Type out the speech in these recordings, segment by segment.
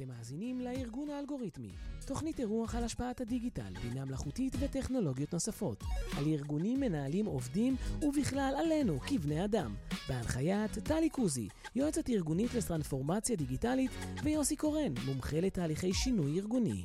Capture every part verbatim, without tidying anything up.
אתם מאזינים לארגון האלגוריתמי, תוכנית אירוח על השפעת הדיגיטל, בינה מלאכותית וטכנולוגיות נוספות, על ארגונים, מנהלים, עובדים ובכלל עלינו כבני אדם, בהנחיית טלי קוזי, יועצת ארגונית לטרנספורמציה דיגיטלית, ויוסי קורן, מומחה לתהליכי שינוי ארגוני.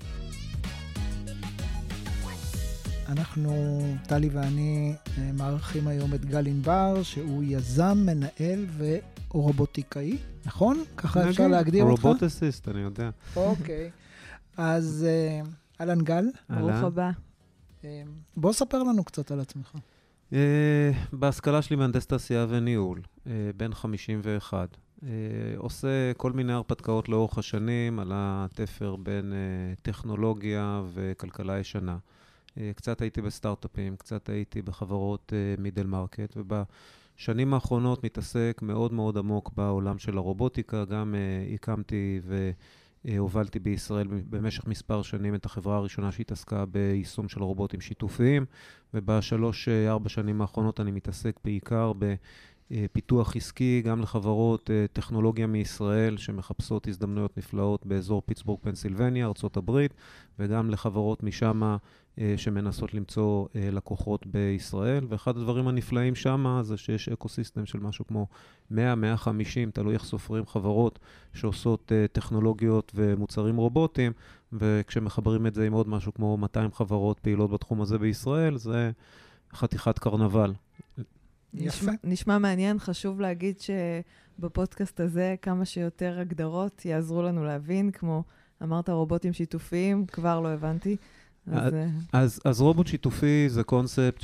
אנחנו, טלי ואני, מערכים היום את גל ענבר, שהוא יזם, מנהל ורובוטיקאי, נכון? ככה אפשר להגדיר אותך? רובוטסיסט, אני יודע. אוקיי. אז אלן גל. ברוך הבא. בוא ספר לנו קצת על עצמך. בהשכלה שלי מהנדס תעשייה וניהול, בן חמישים ואחת. עושה כל מיני הרפתקאות לאורך השנים על התפר בין טכנולוגיה וכלכלה ישנה. קצת הייתי בסטארט-אפים, קצת הייתי בחברות מידל מרקט, ובשנים האחרונות מתעסק מאוד מאוד עמוק בעולם של הרובוטיקה. גם הקמתי והובלתי בישראל במשך מספר שנים את החברה הראשונה שהתעסקה ביישום של רובוטים שיתופיים, ובשלוש ארבע שנים האחרונות אני מתעסק בעיקר בפיתוח עסקי, גם לחברות טכנולוגיה מישראל שמחפשות הזדמנויות נפלאות באזור פיטסבורג, פנסילבניה, ארצות הברית, וגם לחברות משם שמנסות למצוא לקוחות בישראל. ואחד הדברים הנפלאים שם זה שיש אקוסיסטם של משהו כמו מאה עד מאה וחמישים, תלוי איך סופרים, חברות שעושות טכנולוגיות ומוצרים רובוטיים, וכשמחברים את זה עם עוד משהו כמו מאתיים חברות פעילות בתחום הזה בישראל, זה חתיכת קרנבל. נשמע, נשמע מעניין. חשוב להגיד שבפודקאסט הזה כמה שיותר הגדרות יעזרו לנו להבין, כמו אמרת רובוטים שיתופיים, כבר לא הבנתי. אז, אז, אז רובוט שיתופי זה קונספט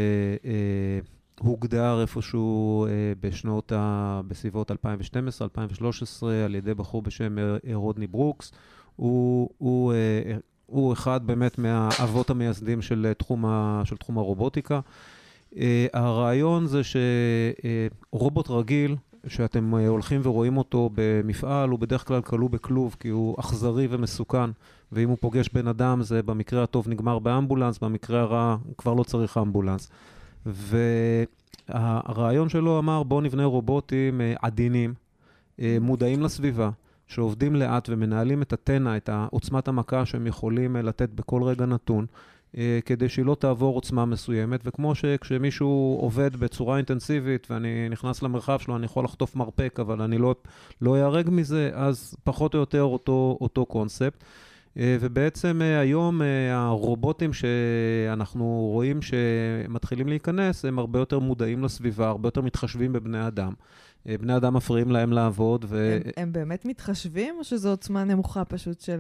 שהוגדר איפשהו בשנות ה... בסביבות אלפיים ושתים עשרה אלפיים ושלוש עשרה על ידי בחור בשם רודני ברוקס. הוא, הוא, הוא אחד באמת מהאבות המייסדים של תחום, ה... של תחום הרובוטיקה. הרעיון זה שרובוט רגיל, שאתם הולכים ורואים אותו במפעל, הוא בדרך כלל כלוא בכלוב, כי הוא אכזרי ומסוכן, ואם הוא פוגש בן אדם, זה במקרה הטוב נגמר באמבולנס, במקרה הרע כבר לא צריך אמבולנס. והרעיון שלו אמר, בוא נבנה רובוטים עדינים, מודעים לסביבה, שעובדים לאט ומנהלים את הטנה, את עוצמת המכה שהם יכולים לתת בכל רגע נתון, כדי שהיא לא תעבור עוצמה מסוימת, וכמו שכשמישהו עובד בצורה אינטנסיבית, ואני נכנס למרחב שלו, אני יכול לחטוף מרפק, אבל אני לא, לא יהרג מזה, אז פחות או יותר אותו, אותו קונספט. ובעצם היום הרובוטים שאנחנו רואים שמתחילים להיכנס, הם הרבה יותר מודעים לסביבה, הרבה יותר מתחשבים בבני אדם. בני אדם מפריעים להם לעבוד. ו... הם, הם באמת מתחשבים, או שזו עוצמה נמוכה פשוט של...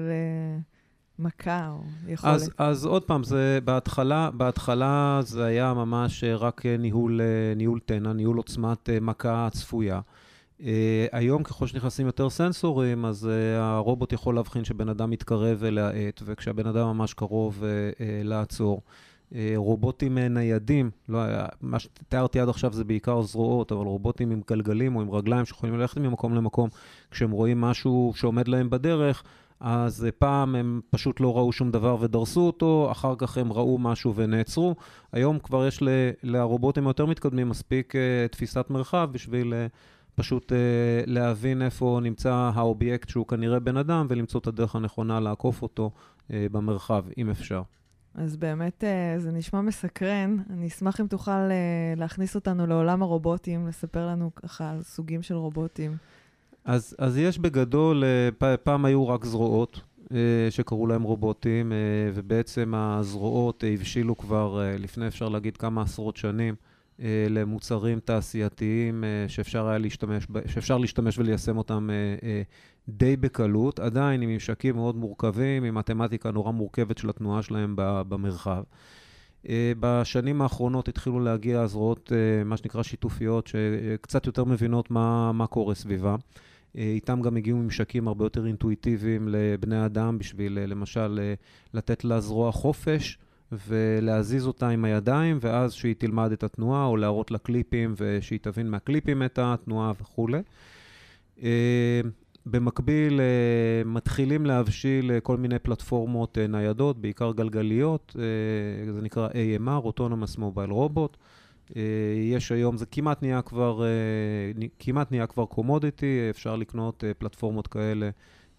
מכה או יכולת? אז, אז עוד פעם, זה בהתחלה, בהתחלה זה היה ממש רק ניהול, ניהול טנה, ניהול עוצמת מכה צפויה. Uh, היום ככל שנכנסים יותר סנסורים, אז uh, הרובוט יכול להבחין שבן אדם מתקרב ולהאט, וכשהבן אדם ממש קרוב uh, uh, לעצור. Uh, רובוטים uh, ניידים, לא, מה שתיארתי עד עכשיו זה בעיקר זרועות, אבל רובוטים עם גלגלים או עם רגליים שיכולים ללכת ממקום למקום, כשהם רואים משהו שעומד להם בדרך, אז פעם הם פשוט לא ראו שום דבר ודרסו אותו, אחר כך הם ראו משהו ונעצרו. היום כבר יש לרובוטים יותר מתקדמים מספיק תפיסת מרחב בשביל פשוט להבין איפה נמצא האובייקט שהוא כנראה בן אדם, ולמצוא את הדרך הנכונה לעקוף אותו במרחב, אם אפשר. אז באמת זה נשמע מסקרן. אני אשמח אם תוכל להכניס אותנו לעולם הרובוטים, לספר לנו ככה על סוגים של רובוטים. אז, אז יש בגדול, פעם היו רק זרועות שקראו להם רובוטים, ובעצם הזרועות הבשילו כבר לפני, אפשר להגיד, כמה עשרות שנים למוצרים תעשייתיים שאפשר היה להשתמש, שאפשר להשתמש וליישם אותם די בקלות, עדיין עם ממשקים מאוד מורכבים, עם מתמטיקה נורא מורכבת של התנועה שלהם במרחב. בשנים האחרונות התחילו להגיע הזרועות, מה שנקרא שיתופיות, שקצת יותר מבינות מה, מה קורה סביבה. איתם גם הגיעו ממשקים הרבה יותר אינטואיטיביים לבני אדם, בשביל למשל לתת לה זרוע חופש, ולהזיז אותה עם הידיים, ואז שהיא תלמד את התנועה, או להראות לה קליפים, ושהיא תבין מהקליפים את התנועה וכו'. במקביל, מתחילים להבשיל כל מיני פלטפורמות ניידות, בעיקר גלגליות, זה נקרא A M R, Autonomous Mobile Robot. יש היום, זה כמעט נהיה כבר, כמעט נהיה כבר קומודיטי, אפשר לקנות פלטפורמות כאלה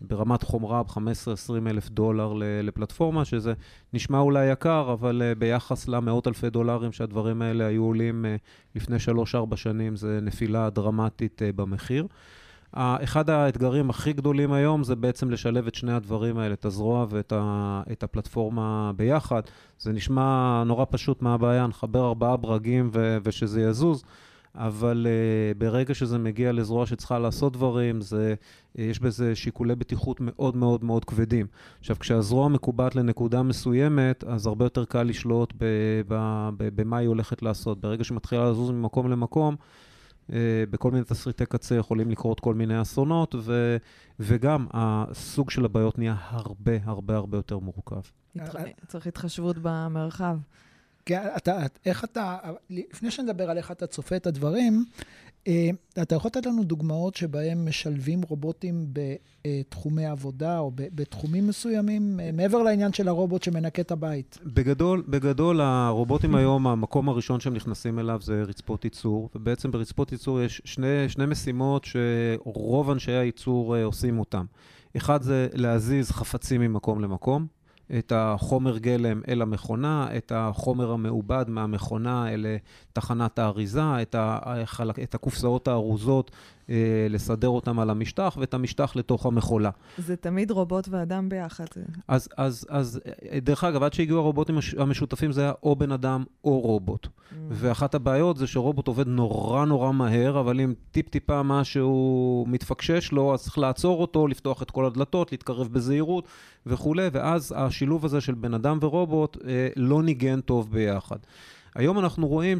ברמת חומרה ב-חמישה עשר עשרים אלף דולר לפלטפורמה, שזה נשמע אולי יקר, אבל ביחס למאות אלפי דולרים שהדברים האלה היו עולים לפני שלוש ארבע שנים, זה נפילה דרמטית במחיר. אחד האתגרים הכי גדולים היום זה בעצם לשלב את שני הדברים האלה, את הזרוע ואת ה, את הפלטפורמה ביחד. זה נשמע נורא פשוט מה הבעיה, נחבר ארבעה ברגים ו, ושזה יזוז, אבל uh, ברגע שזה מגיע לזרוע שצריכה לעשות דברים, זה, uh, יש בזה שיקולי בטיחות מאוד מאוד מאוד כבדים. עכשיו, כשהזרוע מקובעת לנקודה מסוימת, אז הרבה יותר קל לשלוט ב, ב, ב, במה היא הולכת לעשות. ברגע שמתחילה לזוז ממקום למקום, בכל מיני תסריטי קצה יכולים לקרות כל מיני אסונות, ו, וגם הסוג של הבעיות נהיה הרבה, הרבה, הרבה יותר מורכב. צריך התחשבות במרחב. כן, אתה, איך אתה, לפני שנדבר על איך אתה צופה את הדברים, אתה יכול לתת לנו דוגמאות שבהם משלבים רובוטים בתחומי עבודה או בתחומים מסוימים, מעבר לעניין של הרובוט שמנקה את הבית? בגדול, בגדול הרובוטים היום, המקום הראשון שהם נכנסים אליו זה רצפות ייצור, ובעצם ברצפות ייצור יש שני, שני משימות שרוב אנשי הייצור עושים אותם. אחד זה להזיז חפצים ממקום למקום, את החומר גלם אל המכונה, את החומר המעובד מהמכונה אל תחנת האריזה, את, החלק, את הקופסאות הארוזות, אה, לסדר אותם על המשטח, ואת המשטח לתוך המכולה. זה תמיד רובוט ואדם ביחד. אז, אז, אז דרך אגב, עד שהגיעו הרובוטים המשותפים, זה היה או בן אדם או רובוט. Mm. ואחת הבעיות זה שרובוט עובד נורא נורא מהר, אבל אם טיפ-טיפה משהו מתפקשש לו, אז צריך לעצור אותו, לפתוח את כל הדלתות, להתקרב בזהירות וכו'. ואז השילוב הזה של בן אדם ורובוט אה, לא ניגן טוב ביחד. היום אנחנו רואים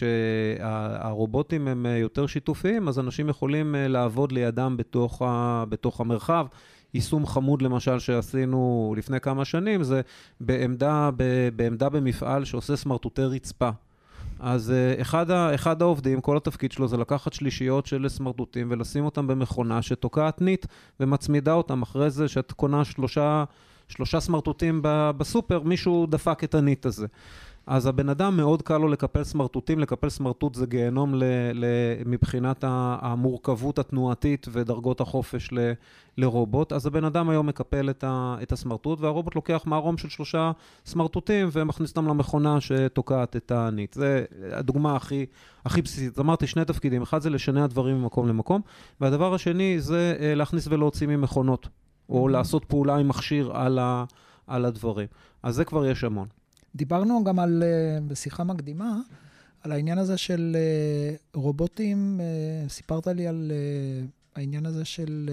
שכשהרובוטים הם יותר שיתופיים, אז אנשים יכולים לעבוד לידם בתוך, ה, בתוך המרחב. יישום חמוד למשל שעשינו לפני כמה שנים, זה בעמדה, בעמדה במפעל שעושה סמרטוטי רצפה. אז אחד, אחד העובדים, כל התפקיד שלו זה לקחת שלישיות של סמרטוטים ולשים אותם במכונה שתוקעת ניט ומצמידה אותם. אחרי זה שאת קונה שלושה, שלושה סמרטוטים בסופר, מישהו דפק את הניט הזה. אז הבן אדם מאוד קל לו לקפל סמרטוטים, לקפל סמרטוט זה גיהנום ל, ל, מבחינת המורכבות התנועתית ודרגות החופש ל, לרובוט, אז הבן אדם היום מקפל את, ה, את הסמרטוט, והרובוט לוקח מערום של שלושה סמרטוטים ומכניס אותם למכונה שתוקעת את הניט. זה הדוגמה הכי, הכי בסיסית. אמרתי שני תפקידים, אחד זה לשנע הדברים ממקום למקום, והדבר השני זה להכניס ולהוציא ממכונות, או לעשות פעולה עם מכשיר על, ה, על הדברים. אז זה כבר יש המון. דיברנו גם על, בשיחה מקדימה, על העניין הזה של רובוטים, סיפרת לי על העניין הזה של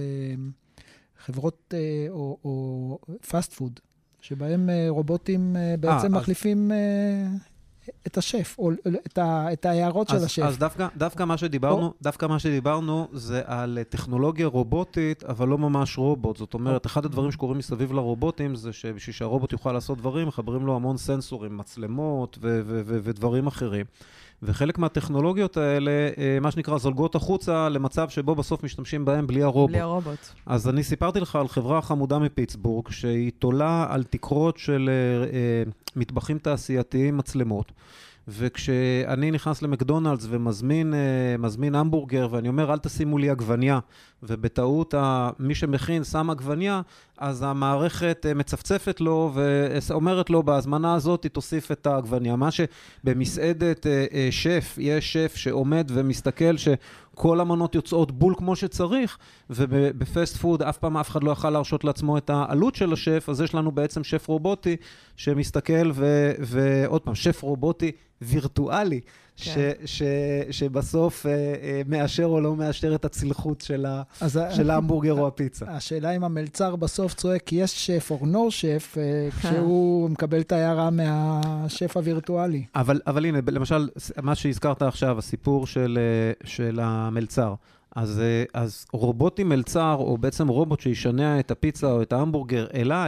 חברות או, או פאסט פוד, שבהם רובוטים בעצם 아, מחליפים אז... את השף, או את, ה, את ההערות אז, של השף. אז דווקא, דווקא, מה שדיברנו, או... דווקא מה שדיברנו זה על טכנולוגיה רובוטית, אבל לא ממש רובוט. זאת אומרת, אחד הדברים שקורים מסביב לרובוטים זה שבשביל שהרובוט יוכל לעשות דברים, מחברים לו המון סנסורים, מצלמות ו- ו- ו- ודברים אחרים. וחלק מהטכנולוגיות האלה, מה שנקרא, זולגות החוצה למצב שבו בסוף משתמשים בהם בלי הרובוט. בלי הרובוט. אז אני סיפרתי לך על חברה חמודה מפיטסבורג, שהיא תולה על תקרות של אה, מטבחים תעשייתיים מצלמות. וכשאני נכנס למקדונלדס ומזמין אה, מזמין המבורגר, ואני אומר, אל תשימו לי עגבניה, ובטעות ה, מי שמכין שם עגבניה, אז המערכת אה, מצפצפת לו ואומרת לו, בהזמנה הזאת היא תוסיף את העגבניה. מה שבמסעדת אה, אה, שף, יש שף שעומד ומסתכל שכל המנות יוצאות בול כמו שצריך, ובפסט פוד אף פעם אף אחד לא יכל להרשות לעצמו את העלות של השף, אז יש לנו בעצם שף רובוטי שמסתכל, ו, ועוד פעם, שף רובוטי וירטואלי, כן. ש, ש, שבסוף אה, אה, מאשר או לא מאשר את הצלחות של, ה, של ההמבורגר או הפיצה. השאלה אם המלצר בסוף צועק, יש שף או נו שף, אה, כשהוא מקבל את ההערה מהשף הווירטואלי. אבל, אבל הנה, למשל, מה שהזכרת עכשיו, הסיפור של, של המלצר, אז, אז רובוטי מלצר, או בעצם רובוט שישנע את הפיצה או את ההמבורגר אליי,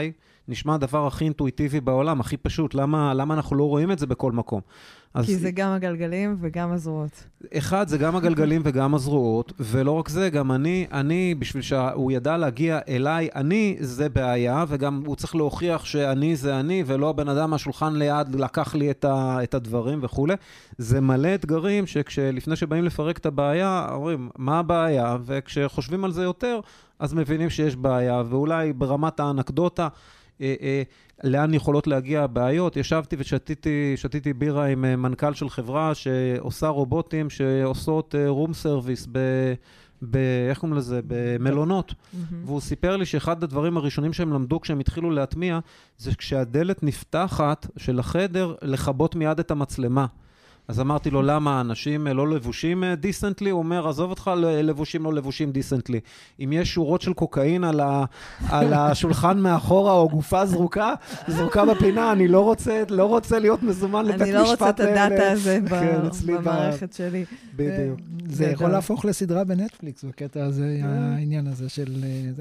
נשמע הדבר הכי אינטואיטיבי בעולם, הכי פשוט. למה, למה אנחנו לא רואים את זה בכל מקום? אז כי זה גם הגלגלים וגם הזרועות. אחד, זה גם הגלגלים וגם הזרועות, ולא רק זה, גם אני, אני, בשביל שהוא ידע להגיע אליי, אני זה בעיה, וגם הוא צריך להוכיח שאני זה אני, ולא הבן אדם מהשולחן ליד לקח לי את, ה, את הדברים וכו'. זה מלא אתגרים שכשלפני שבאים לפרק את הבעיה, אומרים, מה הבעיה? וכשחושבים על זה יותר, אז מבינים שיש בעיה, ואולי ברמת האנקדוטה, אה, אה, לאן יכולות להגיע הבעיות. ישבתי ושתיתי שתיתי בירה עם מנכ"ל של חברה שעושה רובוטים שעושות רום סרוויס ב... ב... איך קוראים לזה? במלונות. והוא סיפר לי שאחד הדברים הראשונים שהם למדו כשהם התחילו להטמיע, זה כשהדלת נפתחת של החדר, לחבות מיד את המצלמה. אז אמרתי לו, למה אנשים לא לבושים דיסנטלי? הוא אומר, עזוב אותך, לבושים לא לבושים דיסנטלי. אם יש שורות של קוקאין על, ה, על השולחן מאחורה, או גופה זרוקה, זרוקה בפינה, אני לא רוצה, לא רוצה להיות מזומן לבית משפט. אני לא רוצה את הדאטה הזה כן, במערכת שלי. בדיוק. זה יכול להפוך לסדרה בנטפליקס, בקטע הזה, העניין הזה של...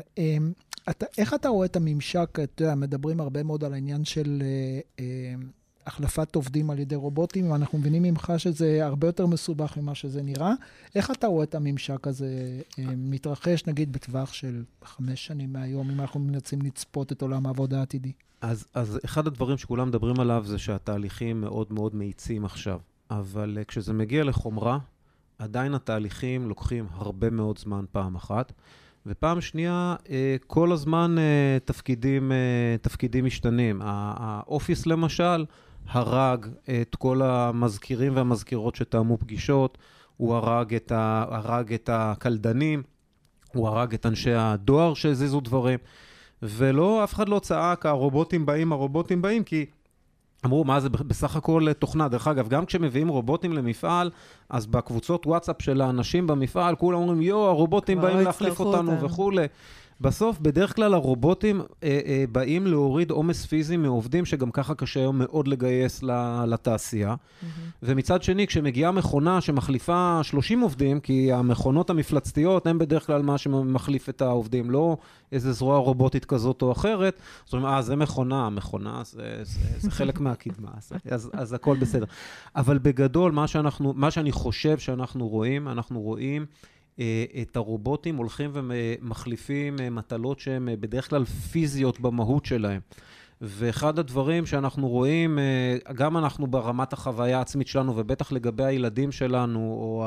איך אתה רואה את הממשק? אתה יודע, מדברים הרבה מאוד על העניין של... החלפת עובדים על ידי רובוטים, ואנחנו מבינים ממך שזה הרבה יותר מסובך ממה שזה נראה. איך אתה רואה את הממשק הזה מתרחש, נגיד, בטווח של חמש שנים מהיום, אם אנחנו מנסים לצפות את עולם העבודה העתידי? אז, אז אחד הדברים שכולם מדברים עליו זה שהתהליכים מאוד מאוד מאיצים עכשיו. אבל כשזה מגיע לחומרה, עדיין התהליכים לוקחים הרבה מאוד זמן פעם אחת, ופעם שנייה, כל הזמן תפקידים, תפקידים משתנים. האופיס למשל, הרג את כל המזכירים והמזכירות שטעמו פגישות, הוא הרג את, ה, הרג את הקלדנים, הוא הרג את אנשי הדואר שהזיזו דברים, ולא, אף אחד לא צעק, הרובוטים באים, הרובוטים באים, כי אמרו, מה זה בסך הכל תוכנה? דרך אגב, גם כשמביאים רובוטים למפעל, אז בקבוצות וואטסאפ של האנשים במפעל, כולם אומרים, יו, הרובוטים באים להחליף אותנו וכו'. בסוף, בדרך כלל הרובוטים אה, אה, באים להוריד עומס פיזי מעובדים, שגם ככה קשה היום מאוד לגייס לתעשייה. Mm-hmm. ומצד שני, כשמגיעה מכונה שמחליפה שלושים עובדים, כי המכונות המפלצתיות הן בדרך כלל מה שמחליף את העובדים, לא איזה זרוע רובוטית כזאת או אחרת. זאת אומרת, אה, זה מכונה, מכונה זה, זה, זה חלק מהקדמה, אז, אז הכל בסדר. אבל בגדול, מה שאנחנו, מה שאני חושב שאנחנו רואים, אנחנו רואים את הרובוטים הולכים ומחליפים מטלות שהן בדרך כלל פיזיות במהות שלהם. ואחד הדברים שאנחנו רואים, גם אנחנו ברמת החוויה העצמית שלנו, ובטח לגבי הילדים שלנו, או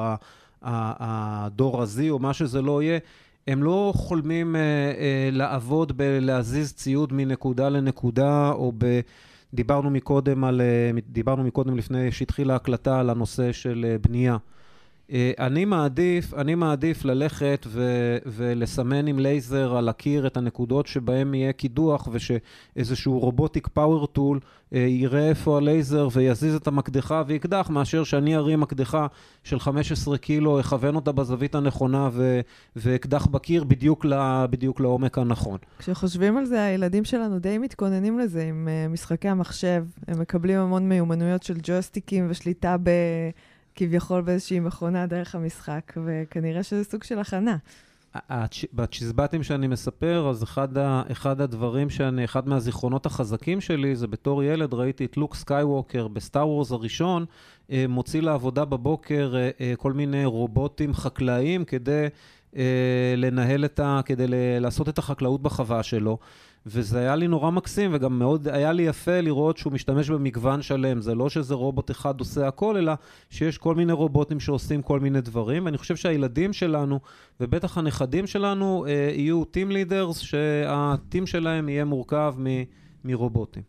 הדור הזי, או מה שזה לא יהיה, הם לא חולמים לעבוד בלהזיז ציוד מנקודה לנקודה, או ב... דיברנו מקודם על, דיברנו מקודם לפני שהתחילה ההקלטה על הנושא של בנייה. אני מעדיף, אני מעדיף ללכת ו- ולסמן עם לייזר על הקיר את הנקודות שבהם יהיה קידוח, ושאיזשהו רובוטיק פאוור טול יראה איפה הלייזר ויזיז את המקדחה ויקדח, מאשר שאני ארים מקדחה של חמישה עשר קילו, אכוון אותה בזווית הנכונה ו- ואקדח בקיר בדיוק, ל- בדיוק לעומק הנכון. כשחושבים על זה, הילדים שלנו די מתכוננים לזה עם משחקי המחשב. הם מקבלים המון מיומנויות של ג'ויסטיקים ושליטה ב... כביכול באיזושהי מכונה דרך המשחק, וכנראה שזה סוג של הכנה. בצ'יזבטים שאני מספר, אז אחד, ה, אחד הדברים שאני, אחד מהזיכרונות החזקים שלי, זה בתור ילד ראיתי את לוק סקייווקר בסטאר וורס הראשון, מוציא לעבודה בבוקר כל מיני רובוטים חקלאיים כדי לנהל את ה, כדי לעשות את החקלאות בחווה שלו. וזה היה לי נורא מקסים, וגם מאוד היה לי יפה לראות שהוא משתמש במגוון שלם. זה לא שזה רובוט אחד עושה הכל, אלא שיש כל מיני רובוטים שעושים כל מיני דברים. ואני חושב שהילדים שלנו, ובטח הנכדים שלנו, אה, יהיו טים לידרס, שהטים שלהם יהיה מורכב מ- מרובוטים.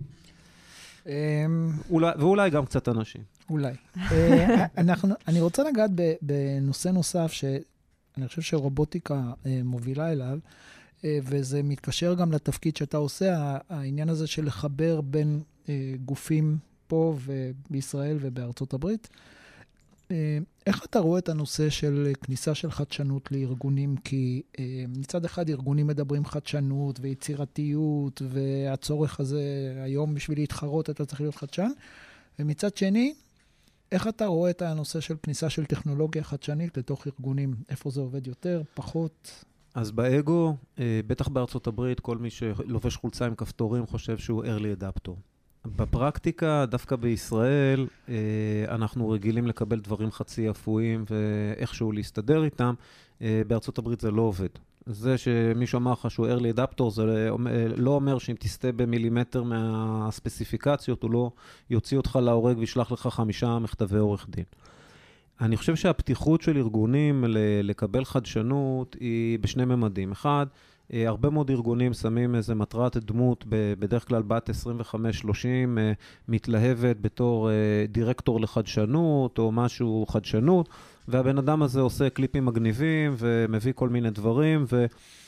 אולי, ואולי גם קצת אנשים. אולי. אנחנו, אני רוצה לגעת בנושא נוסף, שאני חושב שרובוטיקה מובילה אליו, וזה מתקשר גם לתפקיד שאתה עושה, העניין הזה של לחבר בין גופים פה ובישראל ובארצות הברית. איך אתה רואה את הנושא של כניסה של חדשנות לארגונים? כי מצד אחד ארגונים מדברים חדשנות ויצירתיות, והצורך הזה היום בשביל להתחרות אתה צריך להיות חדשן. ומצד שני, איך אתה רואה את הנושא של כניסה של טכנולוגיה חדשנית לתוך ארגונים? איפה זה עובד יותר, פחות? אז באגו, בטח בארצות הברית, כל מי שלובש חולצה עם כפתורים חושב שהוא early adapter. בפרקטיקה, דווקא בישראל, אנחנו רגילים לקבל דברים חצי אפויים ואיכשהו להסתדר איתם. בארצות הברית זה לא עובד. זה שמישהו אמר לך שהוא early adapter, זה לא אומר שאם תסתה במילימטר מהספציפיקציות, הוא לא יוציא אותך להורג וישלח לך חמישה מכתבי עורך דין. אני חושב שהפתיחות של ארגונים לקבל חדשנות היא בשני ממדים. אחד, הרבה מאוד ארגונים שמים איזה מטרת דמות, בדרך כלל בת עשרים וחמש שלושים, מתלהבת בתור דירקטור לחדשנות או משהו חדשנות, והבן אדם הזה עושה קליפים מגניבים ומביא כל מיני דברים, ו...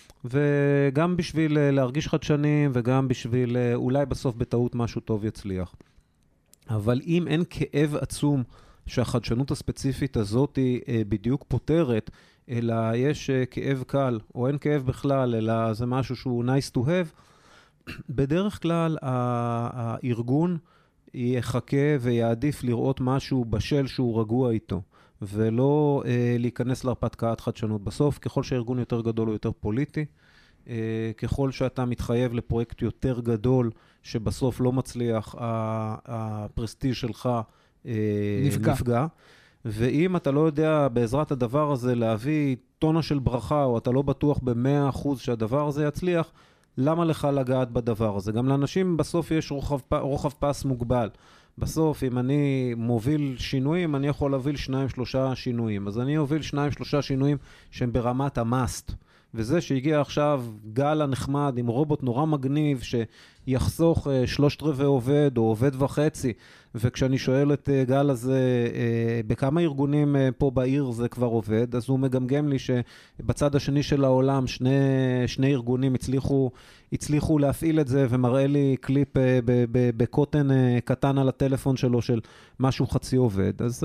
וגם בשביל להרגיש חדשנים וגם בשביל אולי בסוף בטעות משהו טוב יצליח. אבל אם אין כאב עצום שהחדשנות הספציפית הזאת היא בדיוק פותרת, אלא יש כאב קל, או אין כאב בכלל, אלא זה משהו שהוא nice to have, בדרך כלל הארגון יחכה ויעדיף לראות משהו בשל שהוא רגוע איתו, ולא אה, להיכנס להרפתקת חדשנות. בסוף, ככל שהארגון יותר גדול הוא יותר פוליטי, אה, ככל שאתה מתחייב לפרויקט יותר גדול, שבסוף לא מצליח, הפרסטיז' שלך אה, נפגע. נפגע. ואם אתה לא יודע בעזרת הדבר הזה להביא טונה של ברכה, או אתה לא בטוח ב-מאה אחוז שהדבר הזה יצליח, למה לך לגעת בדבר הזה? גם לאנשים בסוף יש רוחב, רוחב פס מוגבל. בסוף, אם אני מוביל שינויים, אני יכול להוביל שניים, שלושה שינויים. אז אני אוביל שניים, שלושה שינויים שהם ברמת המאסט. וזה שהגיע עכשיו גל הנחמד עם רובוט נורא מגניב שיחסוך שלושת רבעי עובד או עובד וחצי, וכשאני שואל את גל הזה בכמה ארגונים פה בעיר זה כבר עובד, אז הוא מגמגם לי שבצד השני של העולם שני, שני ארגונים הצליחו, הצליחו להפעיל את זה, ומראה לי קליפ בקוטן קטן על הטלפון שלו של משהו חצי עובד. אז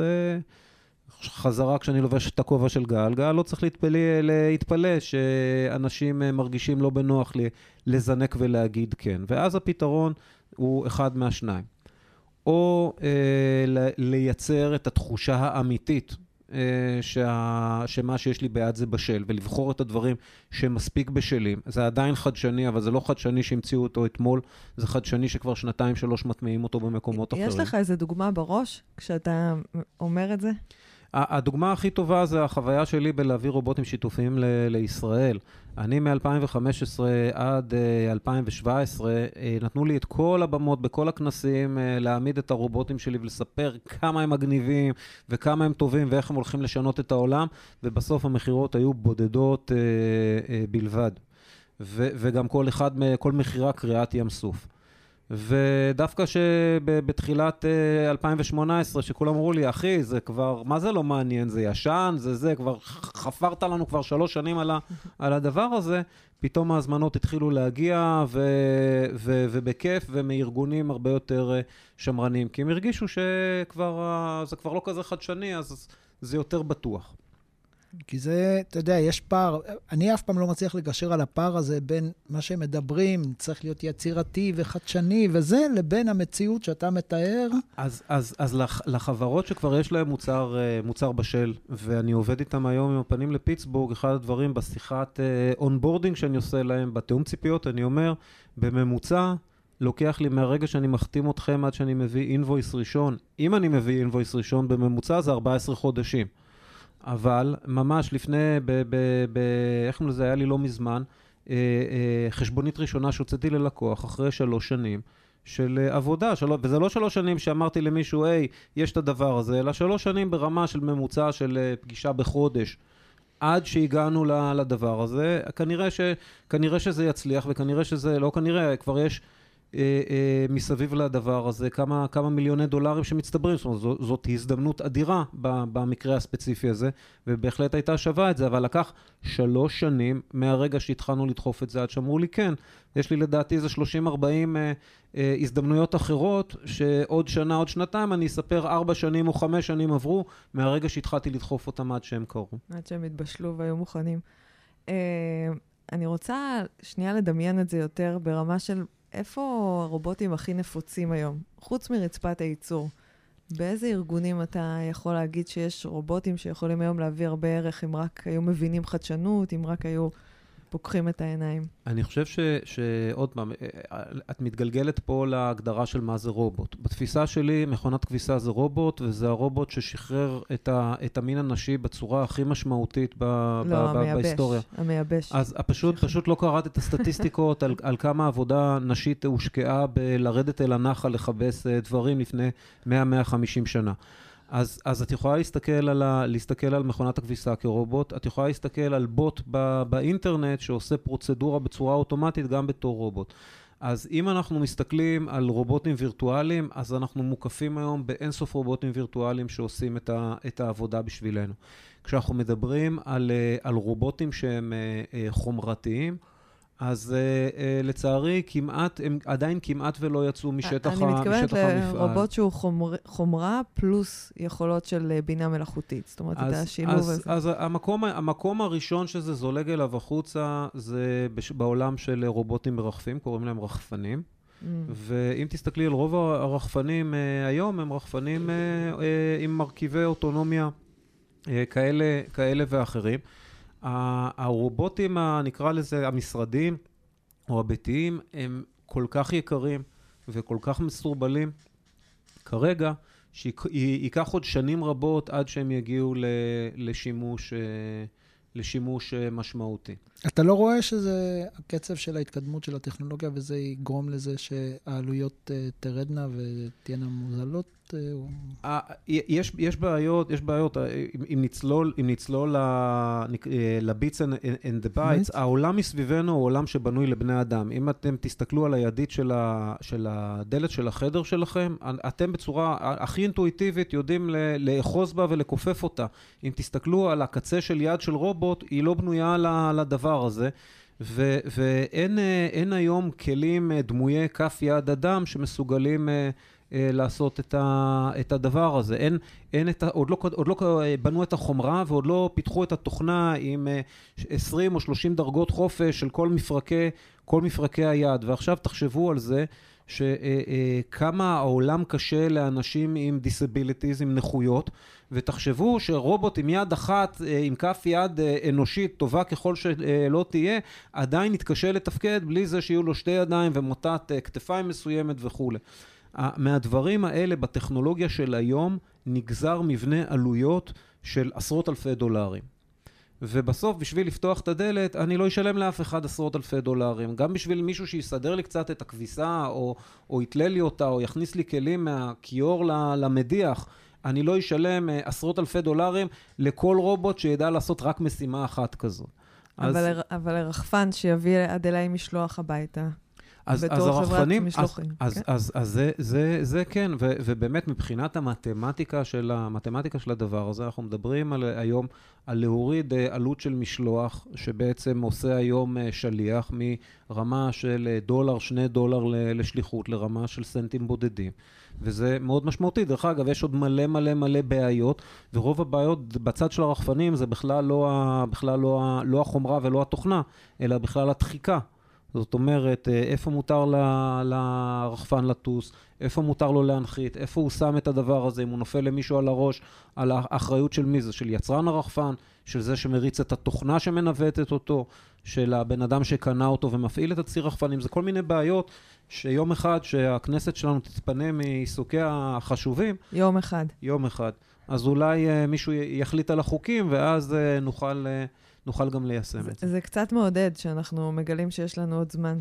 חזרה כשאני לובש את הכובע של גל, גל לא צריך להתפלא, להתפלא שאנשים מרגישים לא בנוח לזנק ולהגיד כן. ואז הפתרון הוא אחד מהשניים. או אה, לייצר את התחושה האמיתית אה, שה, שמה שיש לי ביד זה בשל, ולבחור את הדברים שמספיק בשלים. זה עדיין חדשני, אבל זה לא חדשני שהמציאו אותו אתמול, זה חדשני שכבר שנתיים שלוש מטמיעים אותו במקומות יש אחרים. יש לך איזה דוגמה בראש כשאתה אומר את זה? הדוגמה הכי טובה זה החוויה שלי בלהביא רובוטים שיתופיים ל- לישראל. אני מ-אלפיים וחמש עשרה עד uh, אלפיים שבע עשרה uh, נתנו לי את כל הבמות בכל הכנסים uh, להעמיד את הרובוטים שלי ולספר כמה הם מגניבים וכמה הם טובים ואיך הם הולכים לשנות את העולם, ובסוף המחירות היו בודדות uh, uh, בלבד. ו- וגם כל אחד, כל מחירה קריאת ים סוף. ודווקא שבתחילת אלפיים שמונה עשרה, שכולם אמרו לי, אחי, זה כבר, מה זה לא מעניין? זה ישן, זה זה, כבר חפרת לנו כבר שלוש שנים על, ה, על הדבר הזה, פתאום ההזמנות התחילו להגיע, ו, ו, ובכיף, ומארגונים הרבה יותר שמרנים, כי הם הרגישו שכבר, זה כבר לא כזה חדשני, אז זה יותר בטוח. כי זה, אתה יודע, יש פער, אני אף פעם לא מצליח לגשר על הפער הזה בין מה שהם מדברים, צריך להיות יצירתי וחדשני וזה, לבין המציאות שאתה מתאר. אז, אז, אז לח, לחברות שכבר יש להם מוצר, מוצר בשל, ואני עובד איתם היום עם הפנים לפיטסבורג, אחד הדברים בשיחת אונבורדינג שאני עושה להם, בתאום ציפיות, אני אומר, בממוצע, לוקח לי מהרגע שאני מחתים אתכם עד שאני מביא אינבויס ראשון. אם אני מביא אינבויס ראשון, בממוצע זה ארבעה עשר חודשים. אבל ממש לפני, ב, ב, ב, איך זה היה לי לא מזמן, אה, אה, חשבונית ראשונה שהוצאתי ללקוח אחרי שלוש שנים של אה, עבודה, שלוש, וזה לא שלוש שנים שאמרתי למישהו, היי, יש את הדבר הזה, אלא שלוש שנים ברמה של ממוצע של אה, פגישה בחודש, עד שהגענו לדבר הזה. כנראה, ש, כנראה שזה יצליח, וכנראה שזה, לא כנראה, כבר יש אה, אה, מסביב לדבר הזה כמה, כמה מיליוני דולרים שמצטברים, זאת אומרת, זאת, זאת הזדמנות אדירה במקרה הספציפי הזה, ובהחלט הייתה שווה את זה, אבל לקח שלוש שנים מהרגע שהתחלנו לדחוף את זה, עד שאמרו לי כן, יש לי לדעתי איזה שלושים ארבעים אה, אה, הזדמנויות אחרות, שעוד שנה, עוד שנתיים, אני אספר ארבע שנים או חמש שנים עברו, מהרגע שהתחלתי לדחוף אותם עד שהם קרו. עד שהם התבשלו והיו מוכנים. אה, אני רוצה שנייה לדמיין את זה יותר ברמה של איפה הרובוטים הכי נפוצים היום, חוץ מרצפת הייצור? באיזה ארגונים אתה יכול להגיד שיש רובוטים שיכולים היום להביא הרבה ערך, אם רק היו מבינים חדשנות, אם רק היו פוקחים את העיניים. אני חושב ש, שעוד פעם, את מתגלגלת פה להגדרה של מה זה רובוט. בתפיסה שלי, מכונת כביסה זה רובוט, וזה הרובוט ששחרר את, ה, את המין הנשי בצורה הכי משמעותית ב, לא, ב, המייבש, בהיסטוריה. המייבש. אז פשוט, פשוט לא קראת את הסטטיסטיקות על, על כמה עבודה נשית הושקעה בלרדת אל הנחל לחבש דברים לפני מאה עד מאה וחמישים שנה. אז, אז את יכולה להסתכל על, ה, להסתכל על מכונת הכביסה כרובוט, את יכולה להסתכל על בוט ב, באינטרנט שעושה פרוצדורה בצורה אוטומטית גם בתור רובוט. אז אם אנחנו מסתכלים על רובוטים וירטואליים, אז אנחנו מוקפים היום באינסוף רובוטים וירטואליים שעושים את, ה, את העבודה בשבילנו. כשאנחנו מדברים על, על רובוטים שהם חומרתיים, אז uh, uh, לצערי כמעט, הם עדיין כמעט ולא יצאו משטח, אני מתכוונת לרובוט שהוא חומר, חומרה פלוס יכולות של בינה מלאכותית. זאת אומרת, אז, את השילוב אז, הזה. אז המקום, המקום הראשון שזה זולג אליו החוצה, זה בש, בעולם של רובוטים מרחפים, קוראים להם רחפנים. Mm. ואם תסתכלי על רוב הרחפנים uh, היום, הם רחפנים uh, uh, עם מרכיבי אוטונומיה uh, כאלה, כאלה ואחרים. הרובוטים, נקרא לזה, המשרדים או הביתיים, הם כל כך יקרים וכל כך מסורבלים כרגע, שייקח עוד שנים רבות עד שהם יגיעו לשימוש, לשימוש משמעותי. אתה לא רואה שזה הקצב של ההתקדמות של הטכנולוגיה, וזה יגרום לזה שהעלויות תרדנה ותהיינה מוזלות? יש, יש בעיות, יש בעיות. אם נצלול, אם נצלול לביטס and the bytes, העולם מסביבנו הוא עולם שבנוי לבני אדם. אם אתם תסתכלו על הידית של, ה, של הדלת של החדר שלכם, אתם בצורה הכי אינטואיטיבית יודעים לאחוז בה ולכופף אותה. אם תסתכלו על הקצה של יד של רובוט, היא לא בנויה לדבר הזה. ו, ואין אין היום כלים דמויי כף יד אדם שמסוגלים לעשות את, ה, את הדבר הזה. אין, אין את ה, עוד, לא, עוד לא בנו את החומרה ועוד לא פיתחו את התוכנה עם עשרים או שלושים דרגות חופש של כל מפרקי, כל מפרקי היד. ועכשיו תחשבו על זה שכמה העולם קשה לאנשים עם דיסביליטיז, עם נכויות, ותחשבו שרובוט עם יד אחת, עם כף יד אנושית טובה ככל שלא תהיה, עדיין יתקשה לתפקד בלי זה שיהיו לו שתי ידיים ומוטת כתפיים מסוימת וכו'. מהדברים האלה בטכנולוגיה של היום נגזר מבנה עלויות של עשרות אלפי דולרים. ובסוף בשביל לפתוח את הדלת אני לא אשלם לאף אחד עשרות אלפי דולרים. גם בשביל מישהו שיסדר לי קצת את הכביסה או, או יתלה לי אותה או יכניס לי כלים מהכיור למדיח, אני לא אשלם עשרות אלפי דולרים לכל רובוט שידע לעשות רק משימה אחת כזאת. אבל, אז... אבל הרחפן שיביא עד אליי משלוח הביתה. אז, אז הרחפנים, אז, אז, כן? אז, אז, אז זה, זה, זה כן, ו, ובאמת מבחינת המתמטיקה של, המתמטיקה של הדבר הזה, אנחנו מדברים על, היום על להוריד עלות של משלוח, שבעצם עושה היום שליח מרמה של דולר, שני דולר לשליחות, לרמה של סנטים בודדים. וזה מאוד משמעותי. דרך אגב, יש עוד מלא מלא מלא בעיות, ורוב הבעיות בצד של הרחפנים זה בכלל לא, בכלל לא, לא החומרה ולא התוכנה, אלא בכלל הדחיקה. זאת אומרת, איפה מותר לרחפן לטוס, איפה מותר לו להנחית, איפה הוא שם את הדבר הזה, אם הוא נופל למישהו על הראש, על האחריות של מי זה, של יצרן הרחפן, של זה שמריץ את התוכנה שמנווטת אותו, של הבן אדם שקנה אותו ומפעיל את הציר רחפנים. זה כל מיני בעיות שיום אחד שהכנסת שלנו תתפנה מעיסוקי החשובים. יום אחד. יום אחד. אז אולי מישהו יחליט על החוקים, ואז נוכל... נוכל גם ליישם זה, את זה. זה קצת מעודד שאנחנו מגלים שיש לנו עוד זמן.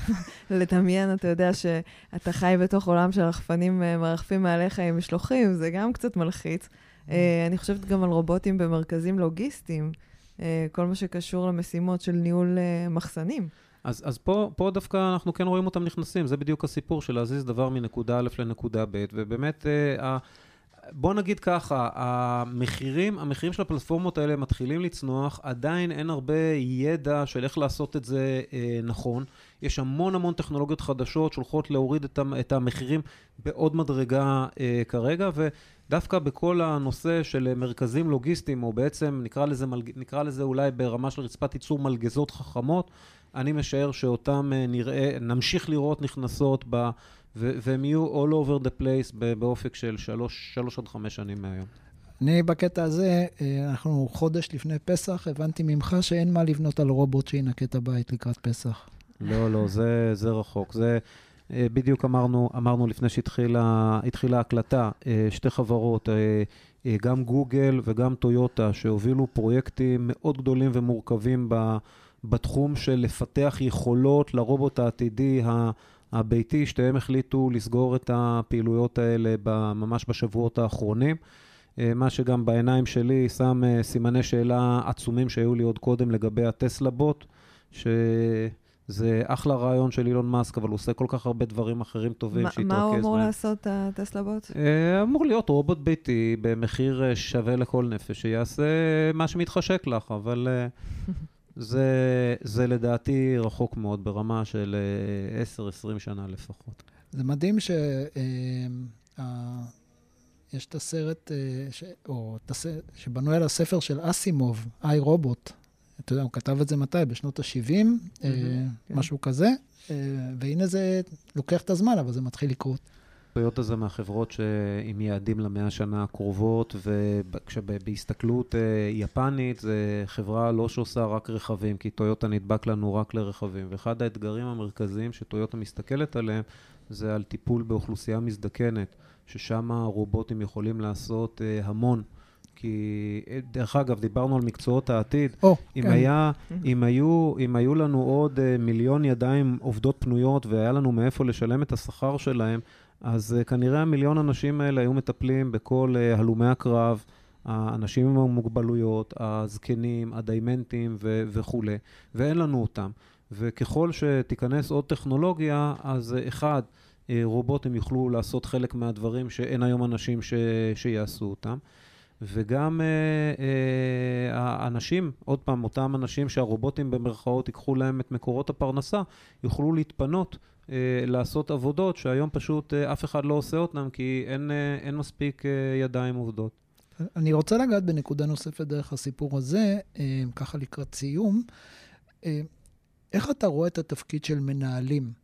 לדמיין, אתה יודע שאתה חי בתוך עולם של רחפנים מרחפים מעליך עם משלוחים, זה גם קצת מלחיץ. אני חושבת גם על רובוטים במרכזים לוגיסטיים, כל מה שקשור למשימות של ניהול מחסנים. אז, אז פה, פה דווקא אנחנו כן רואים אותם נכנסים, זה בדיוק הסיפור של להזיז דבר מנקודה א' לנקודה ב', ובאמת ה... בוא נגיד ככה, המחירים, המחירים של הפלטפורמות האלה מתחילים לצנוח, עדיין אין הרבה ידע של איך לעשות את זה אה, נכון. יש המון המון טכנולוגיות חדשות שהולכות להוריד את, את המחירים בעוד מדרגה אה, כרגע, ודווקא בכל הנושא של מרכזים לוגיסטיים, או בעצם נקרא לזה, נקרא לזה אולי ברמה של רצפת ייצור מלגזות חכמות, אני משער שאותם אה, נראה, נמשיך לראות נכנסות ב... והם יהיו all over the place באופק של שלוש, שלוש עד חמש שנים מהיום. אני בקטע הזה, אנחנו חודש לפני פסח, הבנתי ממך שאין מה לבנות על רובוט שינקה את הבית לקראת פסח. לא, לא, זה, זה רחוק. זה בדיוק אמרנו, אמרנו לפני שהתחילה, התחילה הקלטה, שתי חברות, גם גוגל וגם טויוטה, שהובילו פרויקטים מאוד גדולים ומורכבים בתחום של לפתח יכולות לרובוט העתידי הביתי, שתיהם החליטו לסגור את הפעילויות האלה ממש בשבועות האחרונים. מה שגם בעיניים שלי שם סימני שאלה עצומים שהיו לי עוד קודם לגבי הטסלה בוט, שזה אחלה רעיון של אילון מאסק, אבל הוא עושה כל כך הרבה דברים אחרים טובים שהתרכז מה הוא אמור בהם. לעשות, הטסלה בוט? אמור להיות רובוט ביתי במחיר שווה לכל נפש, שיעשה מה שמתחשק לך, אבל זה, זה לדעתי רחוק מאוד ברמה של עשר עשרים שנה לפחות. זה מדהים ש... יש את הסרט, ש... או את הסרט, שבנוי על הספר של אסימוב, איי רובוט. אתה יודע, הוא כתב את זה מתי? בשנות ה-שבעים, mm-hmm, כן. משהו כזה. והנה זה לוקח את הזמן, אבל זה מתחיל לקרות. טויוטה זה מהחברות שעם יעדים למאה השנה הקרובות, ובהסתכלות יפנית, זה חברה לא שעושה רק רכבים, כי טויוטה נדבק לנו רק לרכבים. ואחד האתגרים המרכזיים שטויוטה מסתכלת עליהם, זה על טיפול באוכלוסייה מזדקנת, ששם הרובוטים יכולים לעשות uh, המון. כי, דרך אגב, דיברנו על מקצועות העתיד. Oh, אם, כן. היה, אם, היו, אם היו לנו עוד uh, מיליון ידיים עובדות פנויות, והיה לנו מאיפה לשלם את השכר שלהם, אז uh, כנראה המיליון אנשים האלה היו מטפלים בכל uh, הלומי הקרב, האנשים עם המוגבלויות, הזקנים, הדיימנטים ו- וכו'. ואין לנו אותם. וככל שתיכנס עוד טכנולוגיה, אז uh, אחד, רובוטים יוכלו לעשות חלק מהדברים שאין היום אנשים ש... שיעשו אותם. וגם אה, אה, האנשים, עוד פעם, אותם אנשים שהרובוטים במרכאות ייקחו להם את מקורות הפרנסה, יוכלו להתפנות, אה, לעשות עבודות שהיום פשוט אה, אף אחד לא עושה אותם, כי אין, אה, אין מספיק אה, ידיים עובדות. אני רוצה לגעת בנקודה נוספת דרך הסיפור הזה, אה, ככה לקראת סיום. אה, איך אתה רואה את התפקיד של מנהלים?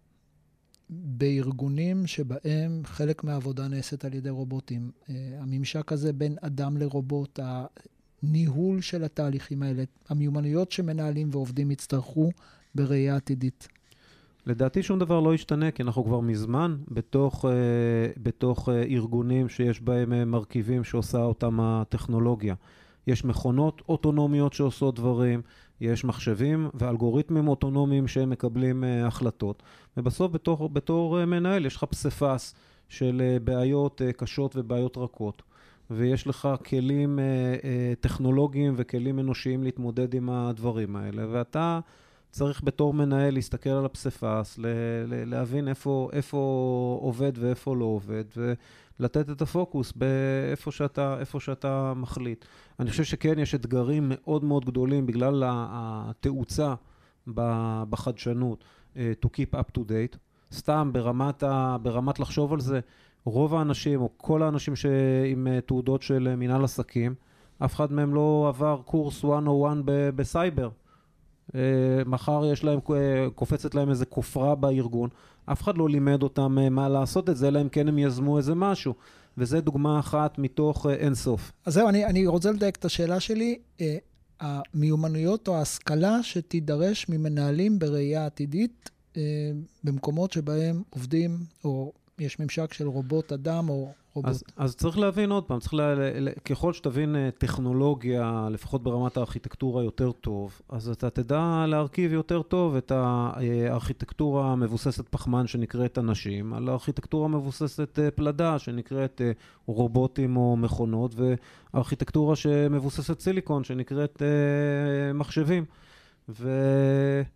בארגונים שבהם חלק מהעבודה נעשית על ידי רובוטים. הממשק הזה בין אדם לרובוט, הניהול של התהליכים האלה, המיומנויות שמנהלים ועובדים יצטרכו בראייה עתידית. לדעתי שום דבר לא ישתנה, כי אנחנו כבר מזמן בתוך, בתוך ארגונים שיש בהם מרכיבים שעושה אותם הטכנולוגיה. יש מכונות אוטונומיות שעושות דברים, יש מחשבים ואלגוריתמים אוטונומיים שהם מקבלים uh, החלטות. ובסוף בתור, בתור uh, מנהל יש לך פספס של uh, בעיות uh, קשות ובעיות רכות. ויש לך כלים uh, uh, טכנולוגיים וכלים אנושיים להתמודד עם הדברים האלה. ואתה צריך בתור מנהל להסתכל על הפספס, ל- ל- להבין איפה, איפה עובד ואיפה לא עובד, ולתת את הפוקוס באיפה שאתה, איפה שאתה מחליט. אני חושב שכן, יש אתגרים מאוד מאוד גדולים בגלל התאוצה בחדשנות, to keep up to date. סתם ברמת, ה, ברמת לחשוב על זה, רוב האנשים, או כל האנשים עם תעודות של מנהל עסקים, אף אחד מהם לא עבר קורס מאה ואחת ב- בסייבר. מחר יש להם, קופצת להם איזה כופרה בארגון, אף אחד לא לימד אותם מה לעשות את זה, אלא אם כן הם יזמו איזה משהו. וזה דוגמה אחת מתוך אינסוף. אז זהו, אני, אני רוצה לדייק את השאלה שלי. אה, המיומנויות או ההשכלה שתידרש ממנהלים בראייה עתידית, אה, במקומות שבהם עובדים, או יש ממשק של רובוט אדם או רובוט. אז, אז צריך להבין עוד פעם, צריך לה, לה, ככל שתבין טכנולוגיה, לפחות ברמת הארכיטקטורה יותר טוב, אז אתה תדע להרכיב יותר טוב את הארכיטקטורה המבוססת פחמן שנקראת אנשים, על הארכיטקטורה המבוססת פלדה שנקראת רובוטים או מכונות, והארכיטקטורה שמבוססת סיליקון שנקראת מחשבים. וזהו.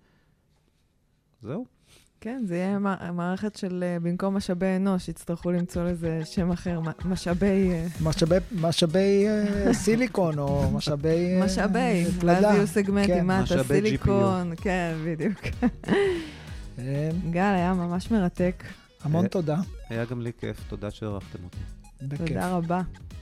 כן, זה יהיה מערכת של, במקום משאבי אנוש, יצטרכו למצוא לזה שם אחר, משאבי... משאבי, משאבי סיליקון, או משאבי... משאבי, ואז יהיו סגמנטים, מה אתה סיליקון, כן, בדיוק. גל, היה ממש מרתק. המון תודה. היה גם לי כיף, תודה שערכתם אותי. תודה רבה.